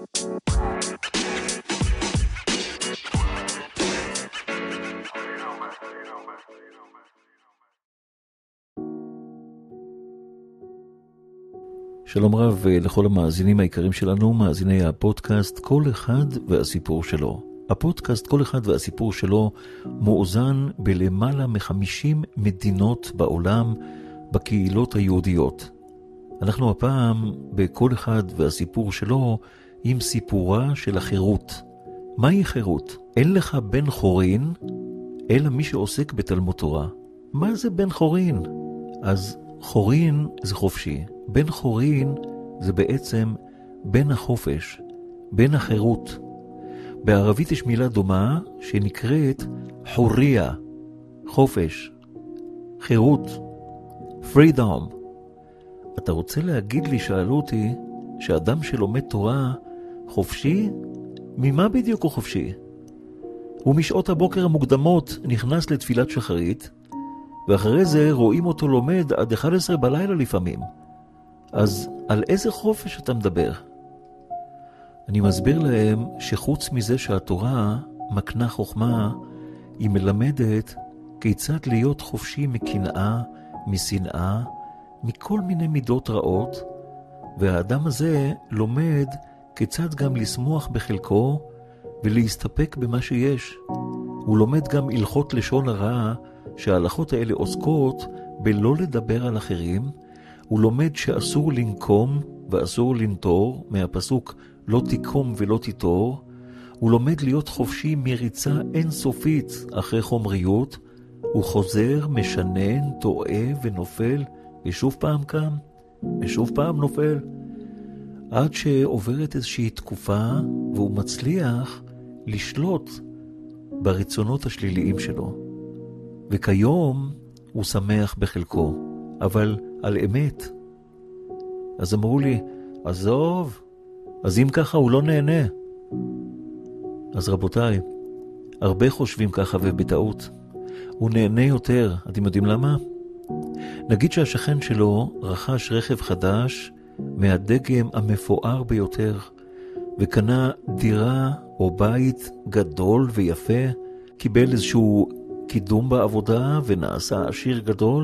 שלום רב לכל המאזינים היקרים שלנו, מאזיני הפודקאסט כל אחד והסיפור שלו. הפודקאסט כל אחד והסיפור שלו מאוזן בלמעלה מ-50 מדינות בעולם בקהילות היהודיות. אנחנו הפעם בכל אחד והסיפור שלו עם סיפורה של החירות. מהי חירות? אין לך בן חורין, אלא מי שעוסק בתלמוד תורה. מה זה בן חורין? אז חורין זה חופשי. בן חורין זה בעצם בן החופש, בן החירות. בערבית יש מילה דומה שנקראת חוריה, חופש, חירות, freedom. אתה רוצה להגיד לי, שאלו אותי, שאדם שלומד תורה חופשי? ממה בדיוק הוא חופשי? הוא משעות הבוקר המוקדמות נכנס לתפילת שחרית, ואחרי זה רואים אותו לומד עד 11 בלילה לפעמים. אז על איזה חופש אתה מדבר? אני מסביר להם שחוץ מזה שהתורה מקנה חוכמה, היא מלמדת כיצד להיות חופשי מקנאה, משנאה, מכל מיני מידות רעות, והאדם הזה לומד כיצד גם לשמוח בחלקו ולהסתפק במה שיש. הוא לומד גם הלכות לשון הרע, שההלכות האלה עוסקות בלא לדבר על אחרים. הוא לומד שאסור לנקום ואסור לנטור, מהפסוק לא תיקום ולא תיטור. הוא לומד להיות חופשי מריצה אינסופית אחרי חומריות. הוא חוזר, משנן, טועה ונופל, ושוב פעם קם, ושוב פעם נופל, עד שעוברת איזושהי תקופה והוא מצליח לשלוט ברצונות השליליים שלו. וכיום הוא שמח בחלקו, אבל על אמת. אז אמרו לי, עזוב, אז אם ככה הוא לא נהנה. אז רבותיי, הרבה חושבים ככה ובטעות. הוא נהנה יותר, אתם יודעים למה? נגיד שהשכן שלו רכש רכב חדש מהדגם המפואר ביותר, וקנה דירה או בית גדול ויפה, קיבל איזשהו קידום בעבודה ונעשה עשיר גדול.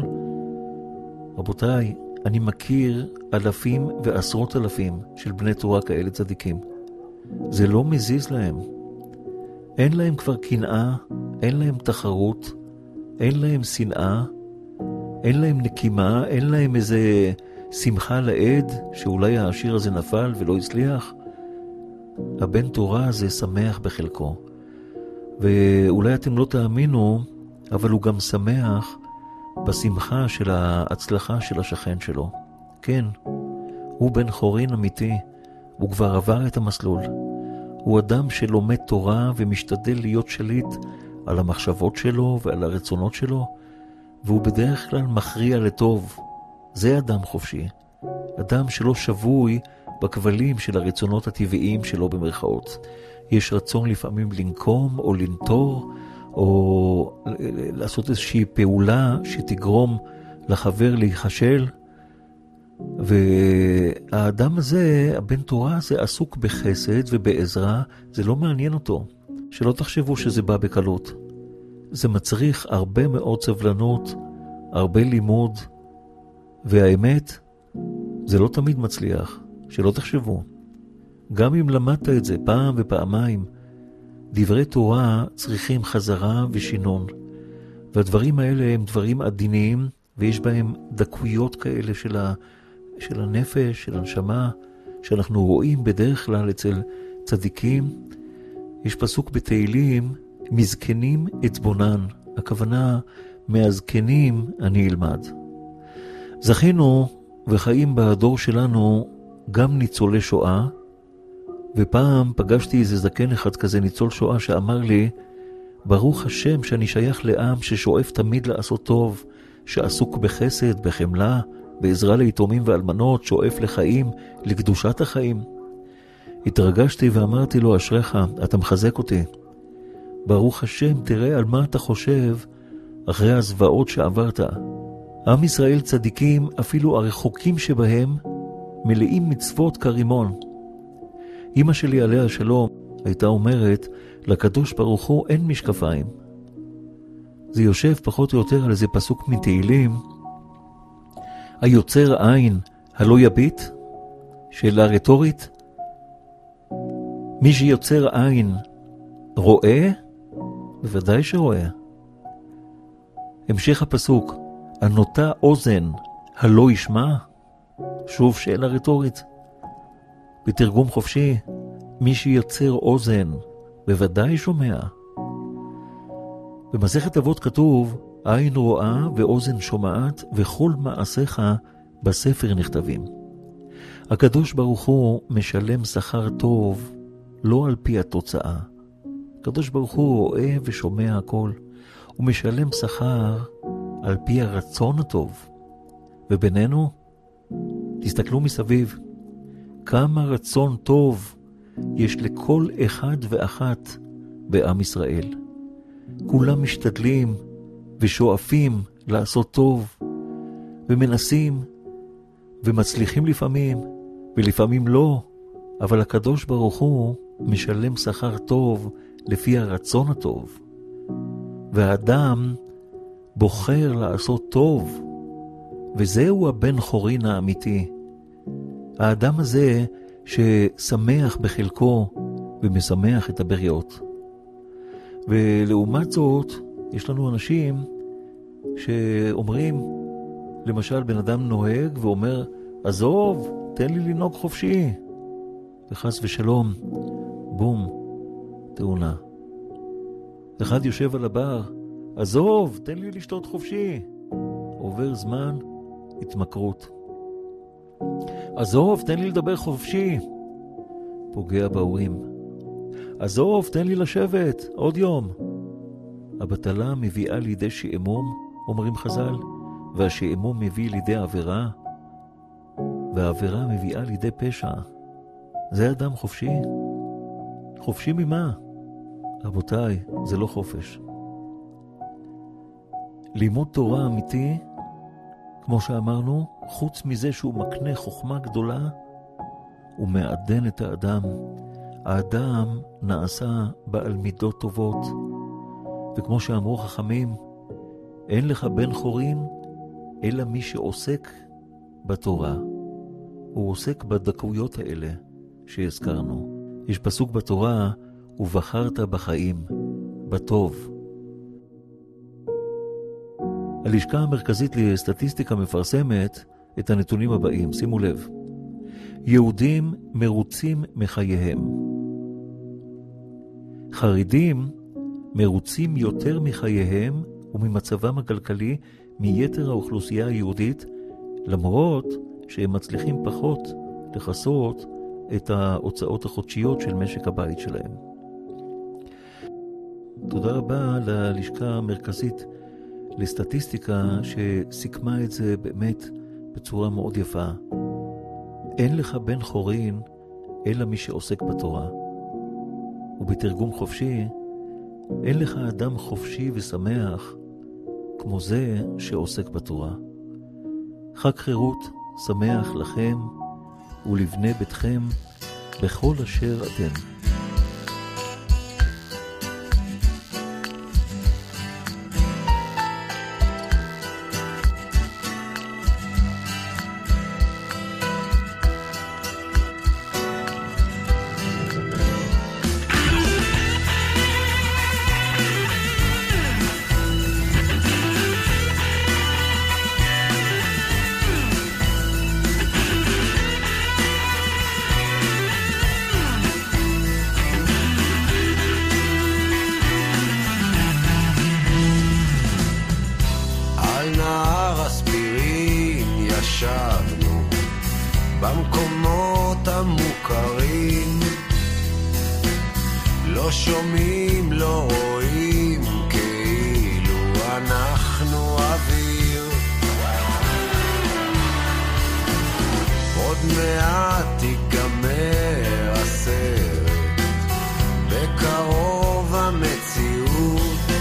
רבותיי, אני מכיר אלפים ועשרות אלפים של בני תורה כאלה צדיקים. זה לא מזיז להם. אין להם כבר קנאה, אין להם תחרות, אין להם שנאה, אין להם נקימה, אין להם איזה שמחה לעד שאולי העשיר הזה נפל ולא הצליח. הבן תורה הזה שמח בחלקו. ואולי אתם לא תאמינו, אבל הוא גם שמח בשמחה של ההצלחה של השכן שלו. כן, הוא בן חורין אמיתי, הוא כבר עבר את המסלול. הוא אדם שלומד תורה ומשתדל להיות שליט על המחשבות שלו ועל הרצונות שלו, והוא בדרך כלל מכריע לטוב. זה אדם חופשי, אדם שלא שבוי בכבלים של הרצונות הטבעיים שלו במרכאות. יש רצון לפעמים לנקום או לנטור, או לעשות איזושהי פעולה שתגרום לחבר להיחשל. והאדם הזה, הבן תורה הזה, עסוק בחסד ובעזרה. זה לא מעניין אותו. שלא תחשבו שזה בא בקלות. זה מצריך הרבה מאוד סבלנות, הרבה לימוד, והאמת, זה לא תמיד מצליח. שלא תחשבו. גם אם למדת את זה פעם ופעמיים, דברי תורה צריכים חזרה ושינון. והדברים האלה הם דברים עדינים, ויש בהם דקויות כאלה של הנפש, של הנשמה, שאנחנו רואים בדרך כלל אצל צדיקים. יש פסוק בתהילים, מזקנים אצבונן. הכוונה, מהזקנים אני אלמד. זכינו וחיים בדור שלנו גם ניצולי שואה, ופעם פגשתי איזה זקן אחד כזה, ניצול שואה, שאמר לי, ברוך השם שאני שייך לעם ששואף תמיד לעשות טוב, שעסוק בחסד, בחמלה, בעזרה ליתומים ואלמנות, שואף לחיים, לקדושת החיים. התרגשתי ואמרתי לו, אשריך, אתה מחזק אותי. ברוך השם, תראה על מה אתה חושב אחרי הזוועות שעברת. עם ישראל צדיקים, אפילו הרחוקים שבהם, מלאים מצוות כרימון. אמא שלי עליה השלום הייתה אומרת, לקדוש ברוך הוא אין משקפיים. זה יושב פחות או יותר על איזה פסוק מתהילים, היוצר עין הלא יביט, שאלה רטורית. מי שיוצר עין רואה? בוודאי שרואה. המשך הפסוק, הנוטה אוזן הלא ישמע? שוב שאלה רטורית. בתרגום חופשי, מי שיוצר אוזן בוודאי שומע. במסכת אבות כתוב, עין רואה ואוזן שומעת וכל מעשיך בספר נכתבים. הקדוש ברוך הוא משלם שכר טוב לא על פי התוצאה. הקדוש ברוך הוא רואה ושומע הכל. הוא משלם שכר על פי הרצון הטוב. ובינינו, תסתכלו מסביב, כמה רצון טוב יש לכל אחד ואחת בעם ישראל. כולם משתדלים ושואפים לעשות טוב, ומנסים, ומצליחים לפעמים, ולפעמים לא, אבל הקדוש ברוך הוא משלם שכר טוב לפי הרצון הטוב. והאדם בוחר לעשות טוב, וזהו הבן חורין האמיתי. האדם הזה ששמח בחלקו ומשמח את הבריות. ולעומת זאת, יש לנו אנשים שאומרים, למשל בן אדם נוהג ואומר, עזוב, תן לי לנהוג חופשי. וחס ושלום, בום, תאונה. אחד יושב על הבר, עזוב, תן לי לשתות חופשי. עובר זמן, התמכרות. עזוב, תן לי לדבר חופשי. פוגע בהורים. עזוב, תן לי לשבת, עוד יום. הבטלה מביאה לידי שעמום, אומרים חז"ל, והשעמום מביא לידי עבירה, והעבירה מביאה לידי פשע. זה אדם חופשי? חופשי ממה? רבותיי, זה לא חופש. לימוד תורה אמיתי, כמו שאמרנו, חוץ מזה שהוא מקנה חוכמה גדולה, הוא מעדן את האדם. האדם נעשה בעל מידות טובות, וכמו שאמרו חכמים, אין לך בן חורין, אלא מי שעוסק בתורה. הוא עוסק בדקויות האלה שהזכרנו. יש פסוק בתורה, ובחרת בחיים, בטוב. הלשכה המרכזית לסטטיסטיקה מפרסמת את הנתונים הבאים, שימו לב. יהודים מרוצים מחייהם. חרדים מרוצים יותר מחייהם וממצבם הכלכלי מיתר האוכלוסייה היהודית, למרות שהם מצליחים פחות לחסות את ההוצאות החודשיות של משק הבית שלהם. תודה רבה ללשכה המרכזית לסטטיסטיקה שסיכמה את זה באמת בצורה מאוד יפה. אין לך בן חורין אלא מי שעוסק בתורה. ובתרגום חופשי, אין לך אדם חופשי ושמח כמו זה שעוסק בתורה. חג חירות שמח לכם ולבני ביתכם בכל אשר אתם. ישבנו במקומות המוכרים, לא שומעים, לא רואים, כאילו אנחנו אוויר. עוד מעט ייגמר הסרט, בקרוב המציאות,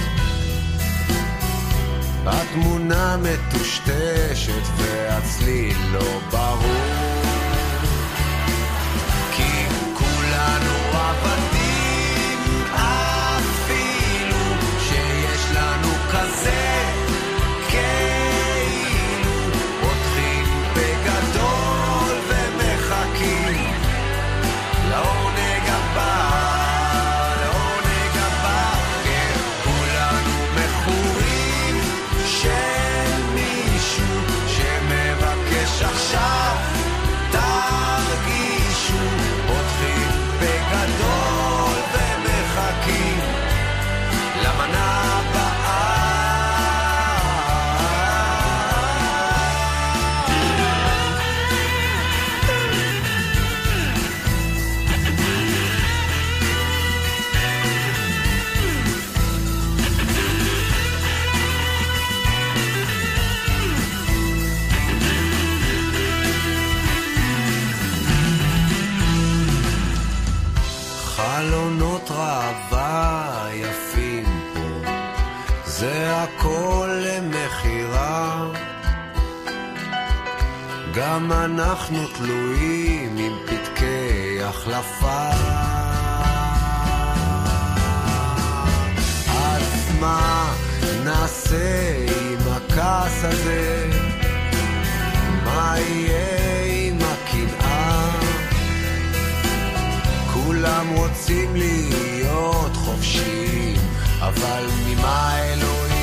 התמונה מטושטשת והצליל לא ברור, כי כולם חלונות ראווה יפים פה, זה הכל למחירה. גם אנחנו תלויים עם פתקי החלפה. אז מה נעשה עם הכעס הזה? מה יהיה עם הקנאה? כולם רוצים להיות חופשיים, אבל ממה אלוהים